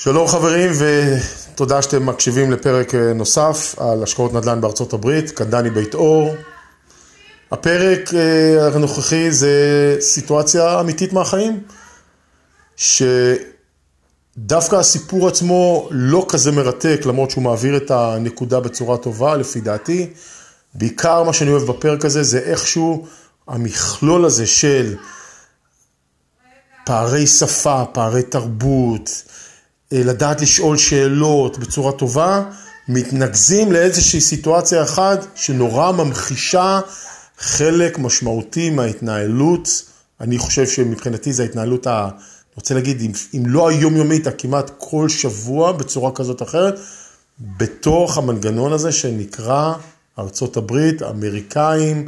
שלום חברים ותודה שאתם מקשיבים לפרק נוסף על השקעות נדל"ן בארצות הברית, כאן דני בית אור. הפרק הנוכחי זה סיטואציה אמיתית מהחיים, שדווקא הסיפור עצמו לא כזה מרתק, למרות שהוא מעביר את הנקודה בצורה טובה לפי דעתי. בעיקר מה שאני אוהב בפרק הזה זה איכשהו המכלול הזה של פערי שפה, פערי תרבות, לדעת לשאול שאלות בצורה טובה, מתנגזים לאיזושהי סיטואציה אחת שנורא ממחישה חלק משמעותי מההתנהלות. אני חושב שמבחינתי זה ההתנהלות, אני רוצה להגיד, אם לא היומיומית, כמעט כל שבוע בצורה כזאת אחרת, בתוך המנגנון הזה שנקרא ארצות הברית, אמריקאים,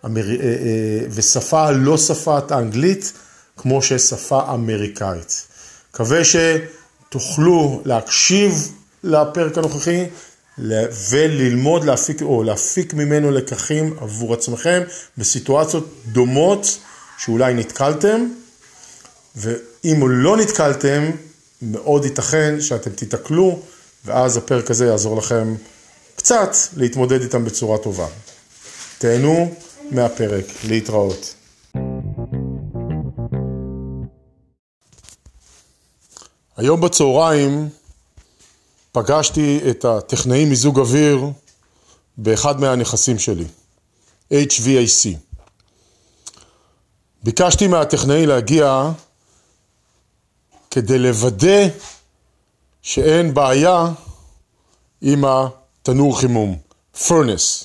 ושפה לא שפת האנגלית, כמו ששפה אמריקאית. מקווה שתוכלו להקשיב לפרק הנוכחי וללמוד להפיק ממנו לקחים עבור עצמכם בסיטואציות דומות שאולי נתקלתם, ואם לא נתקלתם, מאוד ייתכן שאתם תתקלו, ואז הפרק הזה יעזור לכם קצת להתמודד איתם בצורה טובה. תהנו מהפרק, להתראות. היום בצהריים פגשתי את הטכנאי מיזוג אוויר באחד מהנכסים שלי, HVAC. ביקשתי מהטכנאי להגיע כדי לוודא שאין בעיה עם התנור חימום, furnace.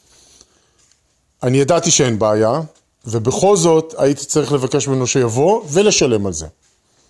אני ידעתי שאין בעיה, ובכל זאת הייתי צריך לבקש ממנו שיבוא ולשלם על זה.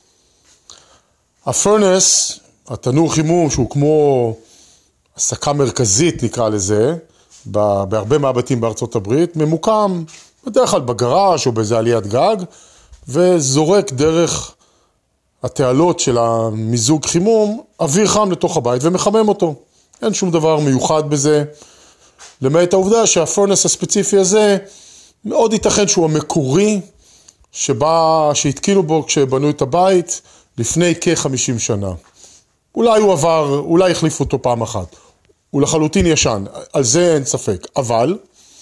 הפרנס, התנור חימום, שהוא כמו הסקה מרכזית נקרא לזה, בהרבה מהבתים בארצות הברית, ממוקם בדרך כלל בגראז' או באיזה עליית גג, וזורק דרך התעלות של המיזוג חימום, אוויר חם לתוך הבית ומחמם אותו. אין שום דבר מיוחד בזה, למעט העובדה שהפרנס הספציפי הזה, מאוד ייתכן שהוא המקורי, שהתקינו בו כשבנו את הבית, לפני כ-50 שנה. אולי הוא עבר, אולי החליפו אותו פעם אחת. הוא לחלוטין ישן, על זה אין ספק. אבל,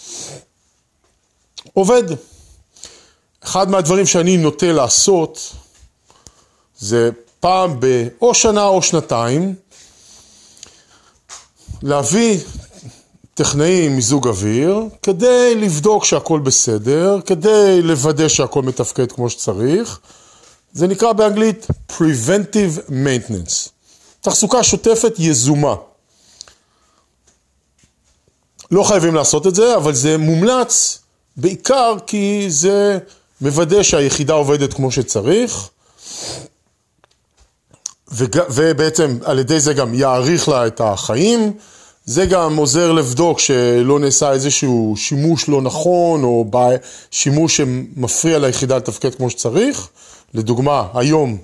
עובד. אחד מהדברים שאני נוטה לעשות, זה פעם או שנה או שנתיים, להביא טכנאי מיזוג אוויר, כדי לבדוק שהכל בסדר, כדי לוודא שהכל מתפקד כמו שצריך, זה נקרא באנגלית preventive maintenance. תחזוקה שוטפת יזומה. לא חייבים לעשות את זה, אבל זה מומלץ בעיקר כי זה מוודא שהיחידה עובדת כמו שצריך, ובעצם על ידי זה גם יאריך לה את החיים. זה גם עוזר לבדוק שלא נעשה איזשהו שימוש לא נכון, או שימוש שמפריע ליחידה לתפקד כמו שצריך. לדוגמה, היום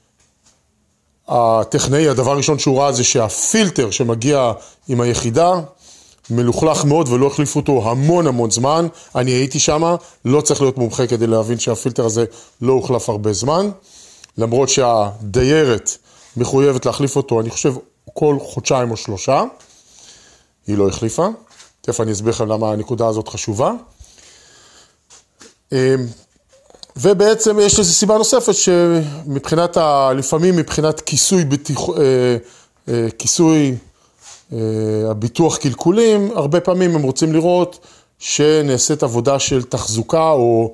הטכנאי, הדבר הראשון שהוא ראה זה שהפילטר שמגיע עם היחידה מלוכלך מאוד ולא החליפו אותו המון זמן. אני הייתי שם, לא צריך להיות מומחה כדי להבין שהפילטר הזה לא הוחלף הרבה זמן, למרות שהדיירת מחויבת להחליף אותו, אני חושב כל חודשיים או 3, היא לא החליפה. תכף אני אסביר לכם למה הנקודה הזאת חשובה. ובעצם יש לזה סיבה נוספת שמבחינת, לפעמים מבחינת כיסוי הביטוח קלקולים, הרבה פעמים הם רוצים לראות שנעשית עבודה של תחזוקה או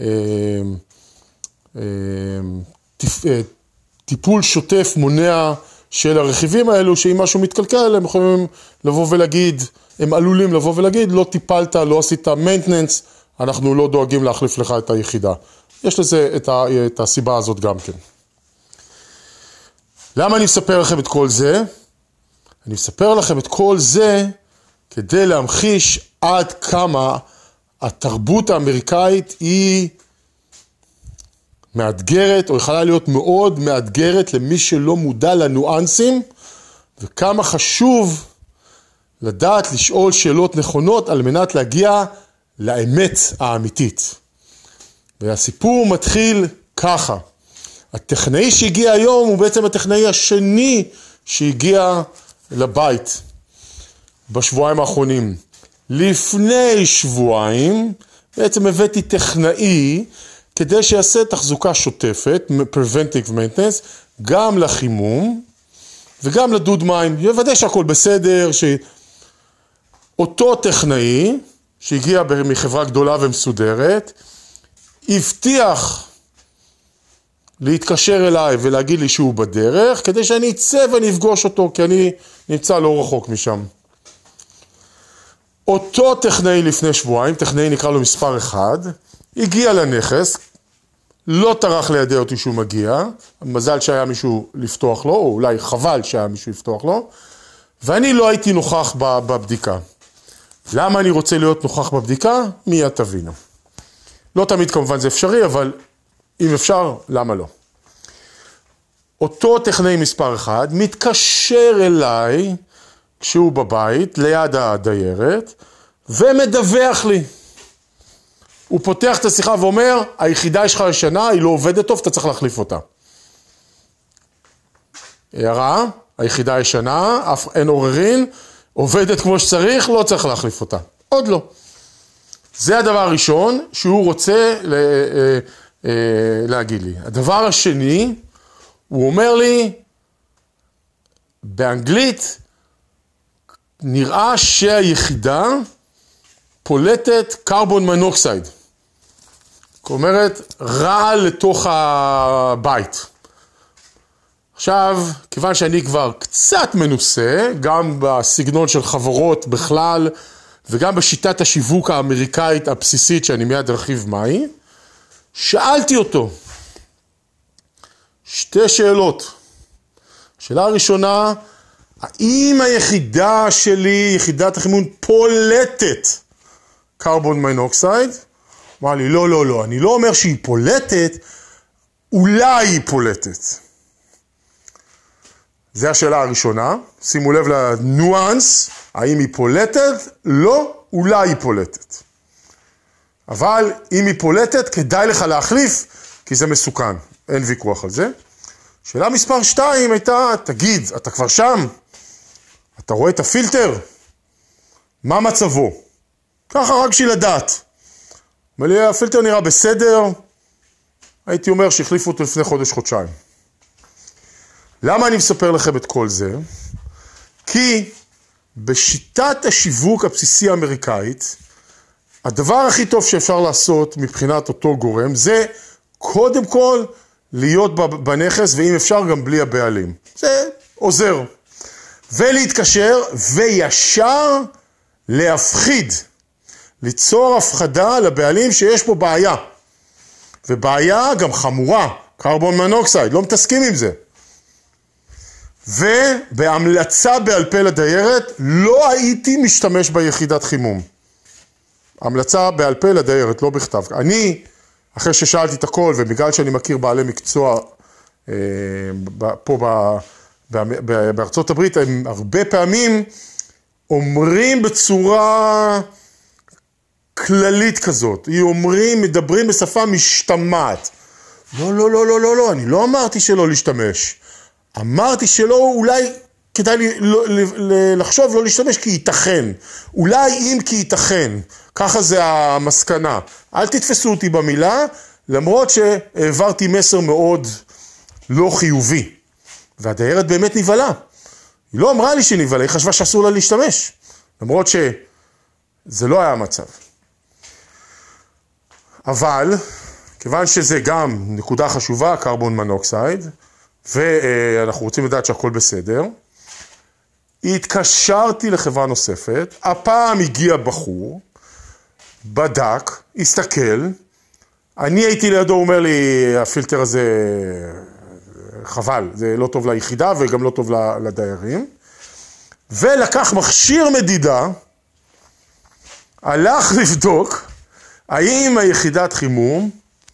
טיפול שוטף מונע של הרכיבים האלו, שאם משהו מתקלקל, הם יכולים לבוא ולהגיד, הם עלולים לבוא ולהגיד, לא טיפלת, לא עשית maintenance, אנחנו לא דואגים להחליף לך את היחידה. יש לזה את הסיבה הזאת גם כן. למה אני מספר לכם את כל זה? אני מספר לכם את כל זה כדי להמחיש עד כמה התרבות האמריקאית היא מאתגרת, או יכולה להיות מאוד מאתגרת למי שלא מודע לניואנסים, וכמה חשוב לדעת לשאול שאלות נכונות על מנת להגיע לאמת האמיתית. והסיפור מתחיל ככה. הטכנאי שהגיע היום הוא בעצם הטכנאי השני שהגיע לבית בשבועיים האחרונים. לפני שבועיים בעצם הבאתי טכנאי כדי שיעשה תחזוקה שוטפת, preventive maintenance, גם לחימום וגם לדוד מים. יוודא שהכל בסדר, שאותו טכנאי שהגיע מחברה גדולה ומסודרת, הבטיח להתקשר אליי ולהגיד לי שהוא בדרך, כדי שאני אצא ואני אפגוש אותו, כי אני נמצא לא רחוק משם. אותו טכנאי לפני שבועיים, טכנאי נקרא לו מספר 1, הגיע לנכס, לא טרח לידע אותי שהוא מגיע, מזל שהיה מישהו לפתוח לו, או אולי חבל שהיה מישהו לפתוח לו, ואני לא הייתי נוכח בבדיקה. למה אני רוצה להיות נוכח בבדיקה? מיד תבינו. לא תמיד כמובן זה אפשרי, אבל אם אפשר, למה לא? אותו טכנאי מספר 1 מתקשר אליי כשהוא בבית, ליד הדיירת, ומדווח לי. הוא פותח את השיחה ואומר, היחידה שלך ישנה, היא לא עובדת טוב, אתה צריך להחליף אותה. הערה, היחידה ישנה, אין עוררין, עובדת כמו שצריך, לא צריך להחליף אותה. עוד לא. זה הדבר הראשון שהוא רוצה להגיד לי. הדבר השני, הוא אומר לי, באנגלית, נראה שהיחידה פולטת קרבון מונוקסייד. זאת אומרת, רעל לתוך הבית. עכשיו, כיוון שאני כבר קצת מנוסה, גם בסגנון של חברות בכלל, וגם בשיטת השיווק האמריקאית הבסיסית, שאני מיד ארחיב מהי, שאלתי אותו, שתי שאלות. השאלה הראשונה, האם היחידה שלי, יחידת החימום, פולטת קרבון מונוקסייד? אמר לי, לא, אני לא אומר שהיא פולטת, אולי היא פולטת. זו השאלה הראשונה, שימו לב לניואנס, האם היא פולטת? לא, אולי היא פולטת. אבל אם היא פולטת, כדאי לך להחליף, כי זה מסוכן, אין ויכוח על זה. שאלה מספר 2 הייתה, תגיד, אתה כבר שם? אתה רואה את הפילטר? מה מצבו? ככה רק בשביל לדעת. אומר לי, הפילטר נראה בסדר, הייתי אומר שהחליפו אותו לפני חודש-חודשיים. למה אני מספר לכם את כל זה? כי בשיטת השיווק הבסיסי האמריקאית, הדבר הכי טוב שאפשר לעשות מבחינת אותו גורם, זה קודם כל להיות בנכס, ואם אפשר גם בלי הבעלים. זה עוזר. ולהתקשר וישר להפחיד, ליצור הפחדה לבעלים שיש פה בעיה. ובעיה גם חמורה, קרבון מונוקסייד, לא מתעסקים עם זה. ובהמלצה בעל פה לדיירת, לא הייתי משתמש ביחידת חימום. המלצה בעל פה לדיירת, לא בכתב. אני, אחרי ששאלתי את הכל, ובגלל שאני מכיר בעלי מקצוע פה בארצות הברית, הם הרבה פעמים אומרים בצורה כללית כזאת. מדברים בשפה משתמעת. לא, אני לא אמרתי שלא להשתמש. אמרתי שלא, אולי כדאי לחשוב לא להשתמש כי ייתכן. אולי אם כי ייתכן. ככה זה המסקנה. אל תתפסו אותי במילה, למרות שהעברתי מסר מאוד לא חיובי. והדיירת באמת נבהלה. היא לא אמרה לי שנבהלה, היא חשבה שאסור לה להשתמש. למרות שזה לא היה המצב. אבל, כיוון שזה גם נקודה חשובה, קרבון מונוקסייד, ואנחנו רוצים לדעת שהכל בסדר, התקשרתי לחברה נוספת, הפעם הגיע בחור, בדק, הסתכל, אני הייתי לידו, הוא אומר לי, הפילטר הזה חבל, זה לא טוב ליחידה וגם לא טוב לדיירים, ולקח מכשיר מדידה, הלך לבדוק, האם היחידת חימום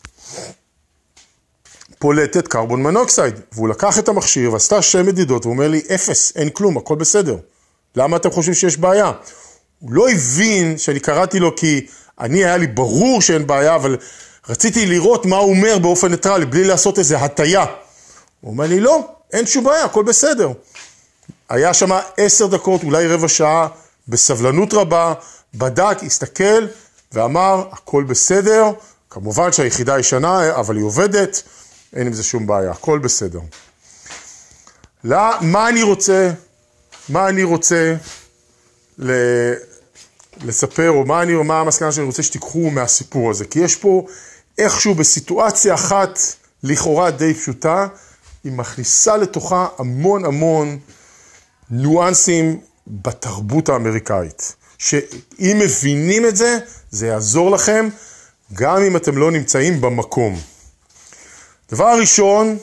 פולטת קרבון מונוקסייד, והוא לקח את המכשיר ועשתה 2 מדידות, והוא אומר לי, 0, אין כלום, הכל בסדר. למה אתם חושבים שיש בעיה? הוא לא הבין שאני קראתי לו כי היה לי ברור שאין בעיה, אבל רציתי לראות מה הוא אומר באופן ניטרלי, בלי לעשות איזה הטיה. הוא אומר לי, לא, אין שום בעיה, הכל בסדר. היה שם 10 דקות, אולי רבע שעה, בסבלנות רבה, בדק, הסתכל, ואמר, הכל בסדר, כמובן שהיחידה ישנה, אבל היא עובדת, אין עם זה שום בעיה, הכל בסדר. מה אני רוצה לספר, או מה המסקנה שאני רוצה שתיקחו מהסיפור הזה, כי יש פה איכשהו בסיטואציה אחת, לכאורה די פשוטה, היא מכניסה לתוכה המון ניואנסים בתרבות האמריקאית, שאם מבינים את זה, זה יעזור לכם, גם אם אתם לא נמצאים במקום. דבר ראשון,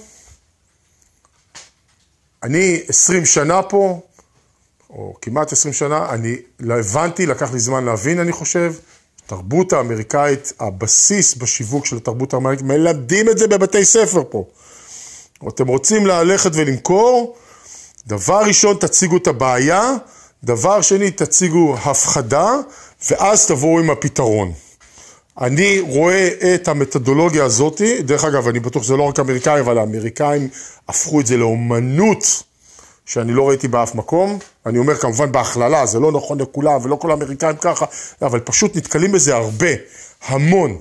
אני 20 שנה פה, או כמעט 20 שנה, אני לא הבנתי, לקח לי זמן להבין, אני חושב, תרבות האמריקאית, הבסיס בשיווק של התרבות האמריקאית, מלמדים את זה בבתי ספר פה. או אתם רוצים ללכת ולמכור, דבר ראשון תציגו את הבעיה, דבר שני תציגו הפחדה, ואז תבואו עם הפתרון. אני רואה את המתודולוגיה הזאת, דרך אגב, אני בטוח שזה לא רק אמריקאי, אבל האמריקאים הפכו את זה לאומנות, שאני לא ראיתי באף מקום. אני אומר כמובן בהכללה, זה לא נכון לכולם, ולא כל האמריקאים ככה, אבל פשוט נתקלים בזה הרבה, המון.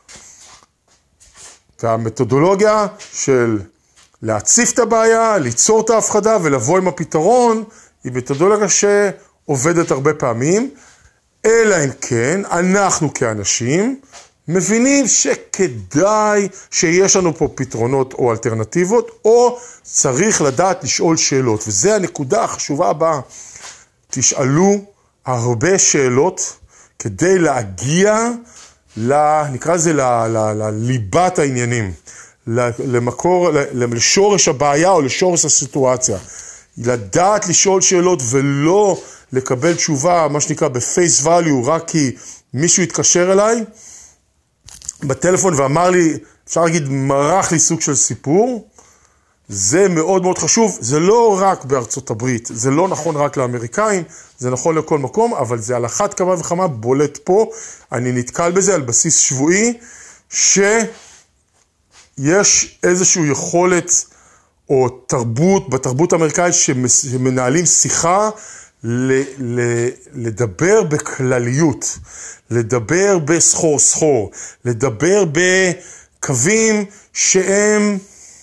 והמתודולוגיה של להציף את הבעיה, ליצור את ההפחדה ולבוא עם הפתרון, היא מתודולוגיה שעובדת הרבה פעמים, אלא אם כן, אנחנו כאנשים מבינים שכדאי שיש לנו פה פתרונות או אלטרנטיבות, או צריך לדעת לשאול שאלות, וזה הנקודה החשובה הבאה. תשאלו הרבה שאלות כדי להגיע, נקרא לזה לליבת העניינים, למקור, לשורש הבעיה או לשורש הסיטואציה. לדעת לשאול שאלות ולא לקבל תשובה, מה שנקרא בפייס ואליו, רק כי מישהו התקשר אליי בטלפון ואמר לי, אפשר להגיד, מרח לי סוג של סיפור, זה מאוד חשוב, זה לא רק בארצות הברית, זה לא נכון רק לאמריקאים, זה נכון לכל מקום, אבל זה על אחת כמה וכמה בולט פה, אני נתקל בזה על בסיס שבועי, שיש איזושהי יכולת או תרבות, בתרבות האמריקאית שמנהלים שיחה, לדבר בכלליות, לדבר בסחור, לדבר בקווים שהם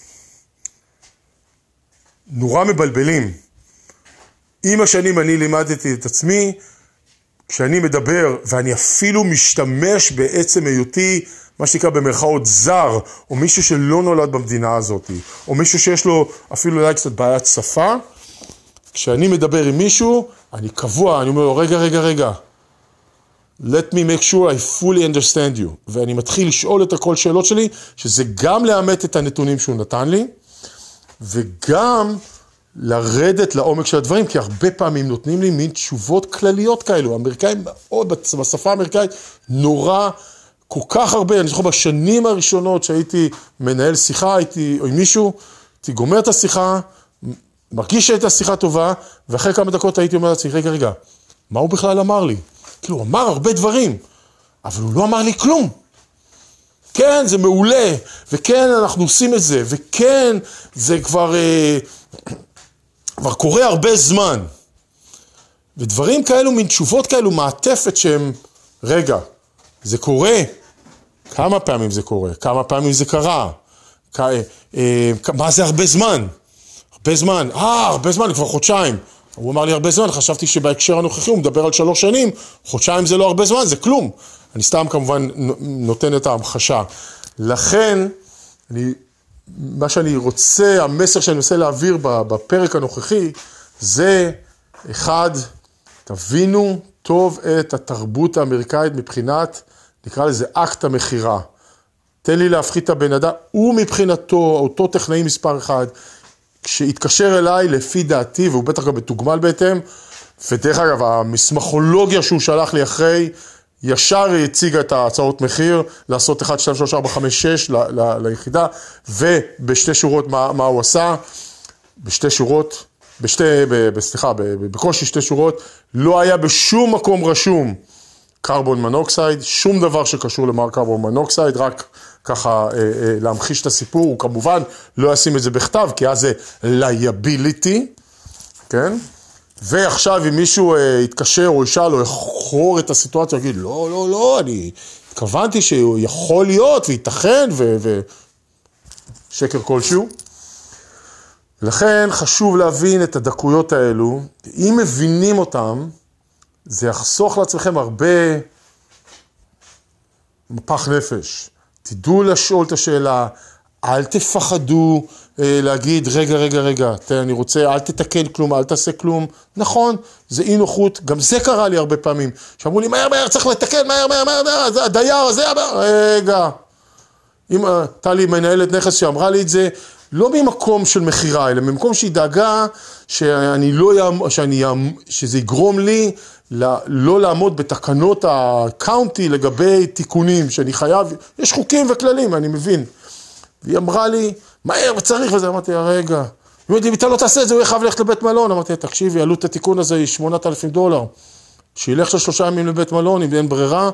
נורא מבלבלים. עם השנים אני לימדתי את עצמי, כשאני מדבר ואני אפילו משתמש בעצם היותי, מה שנקרא במרכאות זר, או מישהו שלא נולד במדינה הזאת, או מישהו שיש לו אפילו אולי קצת בעיית שפה, כשאני מדבר עם מישהו, אני קבוע, אני אומר לו, רגע, let me make sure I fully understand you, ואני מתחיל לשאול את הכל שאלות שלי, שזה גם לאמת את הנתונים שהוא נתן לי, וגם לרדת לעומק של הדברים, כי הרבה פעמים נותנים לי מין תשובות כלליות כאלו, האמריקאים מאוד, בשפה האמריקאית, נורא, כל כך הרבה, אני זוכר בשנים הראשונות שהייתי מנהל שיחה, הייתי עם מישהו, הייתי גומר את השיחה, מרגיש שהייתה שיחה טובה, ואחרי כמה דקות הייתי אומר לעצמי, רגע, מה הוא בכלל אמר לי? כאילו, הוא אמר הרבה דברים, אבל הוא לא אמר לי כלום. כן, זה מעולה, וכן, אנחנו עושים את זה, וכן, זה כבר קורה הרבה זמן. ודברים כאלו, מין תשובות כאלו, מעטפת שהם, רגע, זה קורה, כמה פעמים זה קורה, כמה פעמים זה קרה, מה זה הרבה זמן? הרבה זמן, הרבה זמן, כבר חודשיים. הוא אמר לי הרבה זמן, חשבתי שבהקשר הנוכחי הוא מדבר על 3 שנים, חודשיים זה לא הרבה זמן, זה כלום. אני סתם כמובן נותן את ההמחשה. לכן, מה שאני רוצה, המסר שאני רוצה להעביר בפרק הנוכחי, זה 1, תבינו טוב את התרבות האמריקאית מבחינת, נקרא לזה אקט המחירה. תן לי להפחית את הבן אדם, הוא מבחינתו, אותו טכנאי מספר 1, כשהתקשר אליי לפי דעתי, והוא בטח גם מתוגמל בהתאם, ודרך אגב, המסמכולוגיה שהוא שלח לי אחרי, ישר הציגה את ההצעות מחיר, לעשות 1, 2, 3, 4, 5, 6 ליחידה, ובשתי שורות מה הוא עשה, בשתי שורות, בקושי 2 שורות, לא היה בשום מקום רשום קרבון מונוקסייד, שום דבר שקשור למר קרבון מונוקסייד, רק ככה להמחיש את הסיפור, הוא כמובן לא ישים את זה בכתב, כי אז זה liability, כן? ועכשיו אם מישהו יתקשר או ישאל או יחור את הסיטואציה, יגיד, לא, לא, לא, אני התכוונתי שהוא יכול להיות וייתכן שקר כלשהו. לכן חשוב להבין את הדקויות האלו, אם מבינים אותם, זה יחסוך לעצמכם הרבה מפח נפש. תדעו לשאול את השאלה, אל תפחדו להגיד, רגע, אני רוצה, אל תתקן כלום, אל תעשה כלום. נכון, זה אי נוחות, גם זה קרה לי הרבה פעמים. שאמרו לי, מהר, צריך לתקן, מהר, הדייר, זה, רגע. טלי מנהלת נכס שאמרה לי את זה, לא ממקום של מחירה, אלא ממקום שהיא דאגה שזה יגרום לי לא לעמוד בתקנות הקאונטי לגבי תיקונים, שאני חייב, יש חוקים וכללים, אני מבין. והיא אמרה לי, מהר וצריך וזה, אמרתי, רגע. היא אומרת לי, אם אתה לא תעשה את זה, הוא יחייב ללכת לבית מלון. אמרתי, תקשיבי, עלות התיקון הזה היא $8,000. שילך של 3 ימים לבית מלון, אם אין ברירה,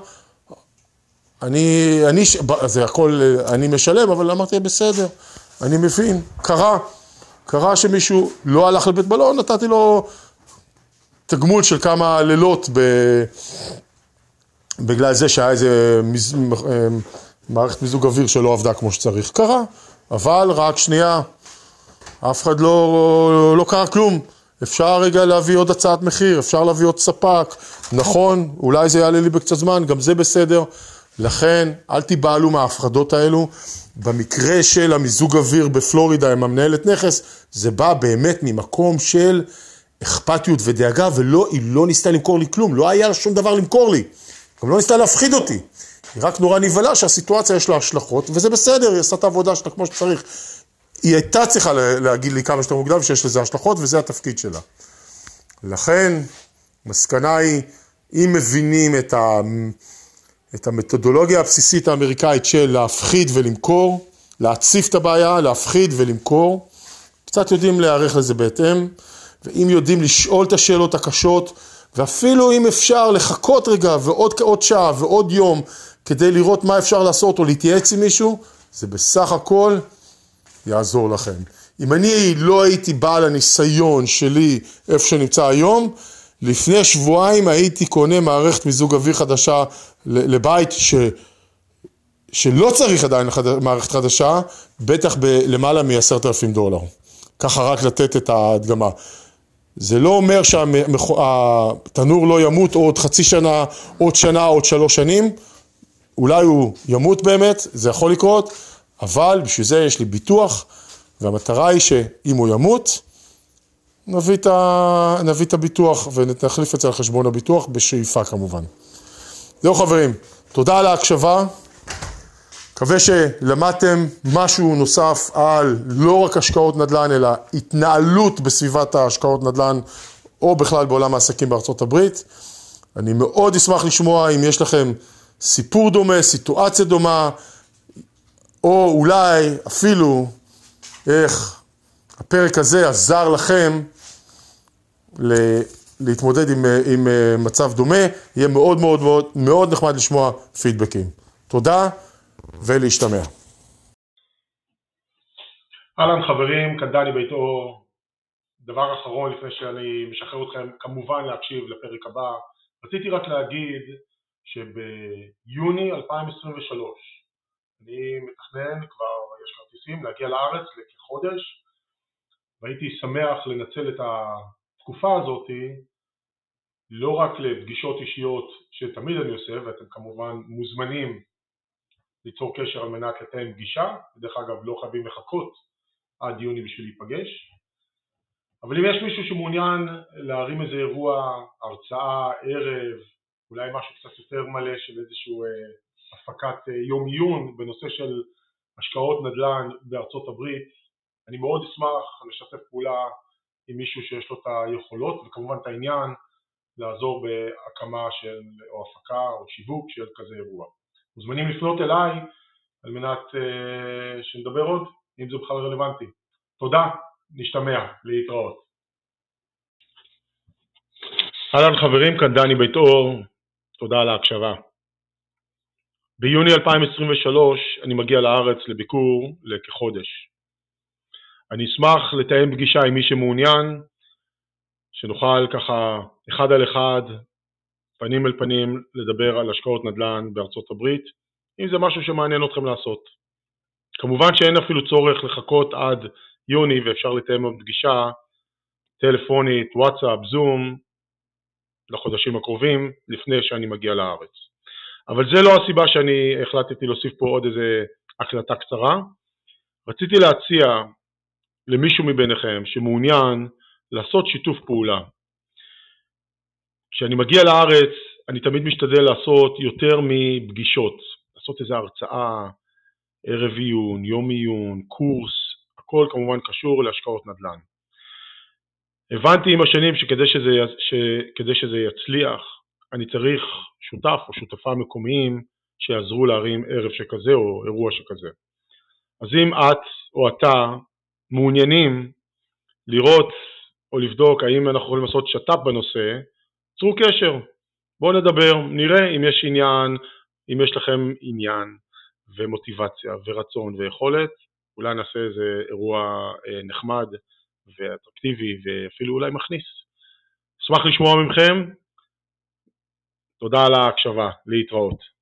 זה הכל, אני משלם, אבל אמרתי, בסדר, אני מבין, קרה שמישהו לא הלך לבית מלון, נתתי לו תגמול של כמה לילות בגלל זה שהיה איזה מערכת מיזוג אוויר שלא עבדה כמו שצריך. קרה, אבל רק שנייה, אף אחד לא קרה כלום. אפשר רגע להביא עוד הצעת מחיר, אפשר להביא עוד ספק, נכון, אולי זה יעלה לי בקצת זמן, גם זה בסדר. לכן, אל תיבעלו מההפחדות האלו. במקרה של המיזוג אוויר בפלורידה עם המנהלת נכס, זה בא באמת ממקום של אכפתיות ודאגה, היא לא ניסתה למכור לי כלום, לא היה שום דבר למכור לי, גם לא ניסתה להפחיד אותי. היא רק נורא נבלה שהסיטואציה יש לה השלכות, וזה בסדר, היא עשתה את העבודה שלה כמו שצריך. היא הייתה צריכה להגיד לי כמה שאתה מוקדם שיש לזה השלכות, וזה התפקיד שלה. לכן, מסקנה היא, אם מבינים את המתודולוגיה הבסיסית האמריקאית של להפחיד ולמכור, להציף את הבעיה, להפחיד ולמכור, קצת יודעים להיערך לזה בהתאם, ואם יודעים לשאול את השאלות הקשות, ואפילו אם אפשר לחכות רגע ועוד שעה ועוד יום, כדי לראות מה אפשר לעשות או להתייעץ עם מישהו, זה בסך הכל יעזור לכם. אם אני לא הייתי בעל הניסיון שלי איפה שנמצא היום, לפני שבועיים הייתי קונה מערכת מיזוג אוויר חדשה לבית שלא צריך עדיין מערכת חדשה, בטח למעלה $10,000. ככה רק לתת את ההדגמה. זה לא אומר שהתנור לא ימות עוד חצי שנה, עוד שנה, עוד 3 שנים. אולי הוא ימות באמת, זה יכול לקרות, אבל בשביל זה יש לי ביטוח, והמטרה היא שאם הוא ימות, נביא את הביטוח ונחליף את זה על חשבון הביטוח, בשאיפה כמובן. זהו חברים, תודה על ההקשבה, מקווה שלמדתם משהו נוסף על לא רק השקעות נדל"ן, אלא התנהלות בסביבת ההשקעות נדל"ן, או בכלל בעולם העסקים בארצות הברית. אני מאוד אשמח לשמוע אם יש לכם סיפור דומה, סיטואציה דומה, או אולי אפילו איך הפרק הזה עזר לכם להתמודד עם מצב דומה. יהיה מאוד מאוד מאוד מאוד נחמד לשמוע פידבקים. תודה ולהשתמע. אהלן חברים, כאן דני בית אור. דבר אחרון לפני שאני משחרר אתכם, כמובן להקשיב לפרק הבא. רציתי רק להגיד שביוני 2023 אני מתכנן, כבר יש כרטיסים, להגיע לארץ לכחודש, והייתי שמח לנצל את התקופה הזאת לא רק לפגישות אישיות שתמיד אני עושה, ואתם כמובן מוזמנים ליצור קשר על מנת לתאם פגישה, בדרך אגב לא חייבים לחכות עד יוני בשביל להיפגש, אבל אם יש מישהו שמעוניין להרים איזה אירוע, הרצאה, ערב, אולי משהו קצת יותר מלא של איזשהו הפקת יום עיון בנושא של השקעות נדל"ן בארצות הברית, אני מאוד אשמח לשתף פעולה עם מישהו שיש לו את היכולות, וכמובן את העניין לעזור בהקמה של או הפקה או שיווק של כזה אירוע. מוזמנים לפנות אליי על מנת שנדבר עוד, אם זה בכלל רלוונטי. תודה, נשתמע, להתראות. אהלן חברים, כאן דני בית אור, תודה על ההקשבה. ביוני 2023 אני מגיע לארץ לביקור לכחודש. אני אשמח לתאם פגישה עם מי שמעוניין, שנוכל ככה אחד על אחד, פנים אל פנים, לדבר על השקעות נדל"ן בארצות הברית, אם זה משהו שמעניין אתכם לעשות. כמובן שאין אפילו צורך לחכות עד יוני, ואפשר לתאם פגישה טלפונית, וואטסאפ, זום, לחודשים הקרובים, לפני שאני מגיע לארץ. אבל זה לא הסיבה שאני החלטתי להוסיף פה עוד איזה הקלטה קצרה. רציתי להציע למישהו מביניכם שמעוניין לעשות שיתוף פעולה. כשאני מגיע לארץ, אני תמיד משתדל לעשות יותר מפגישות, לעשות איזו הרצאה, ערב עיון, יום עיון, קורס, הכל כמובן קשור להשקעות נדל"ן. הבנתי עם השנים שכדי שזה יצליח, אני צריך שותף או שותפה מקומיים שיעזרו להרים ערב שכזה או אירוע שכזה. אז אם את או אתה מעוניינים לראות או לבדוק האם אנחנו יכולים לעשות שת"פ בנושא, צרו קשר, בואו נדבר, נראה אם יש עניין, אם יש לכם עניין ומוטיבציה ורצון ויכולת, אולי נעשה איזה אירוע נחמד ואטרקטיבי ואפילו אולי מכניס. אשמח לשמוע מכם, תודה על ההקשבה, להתראות.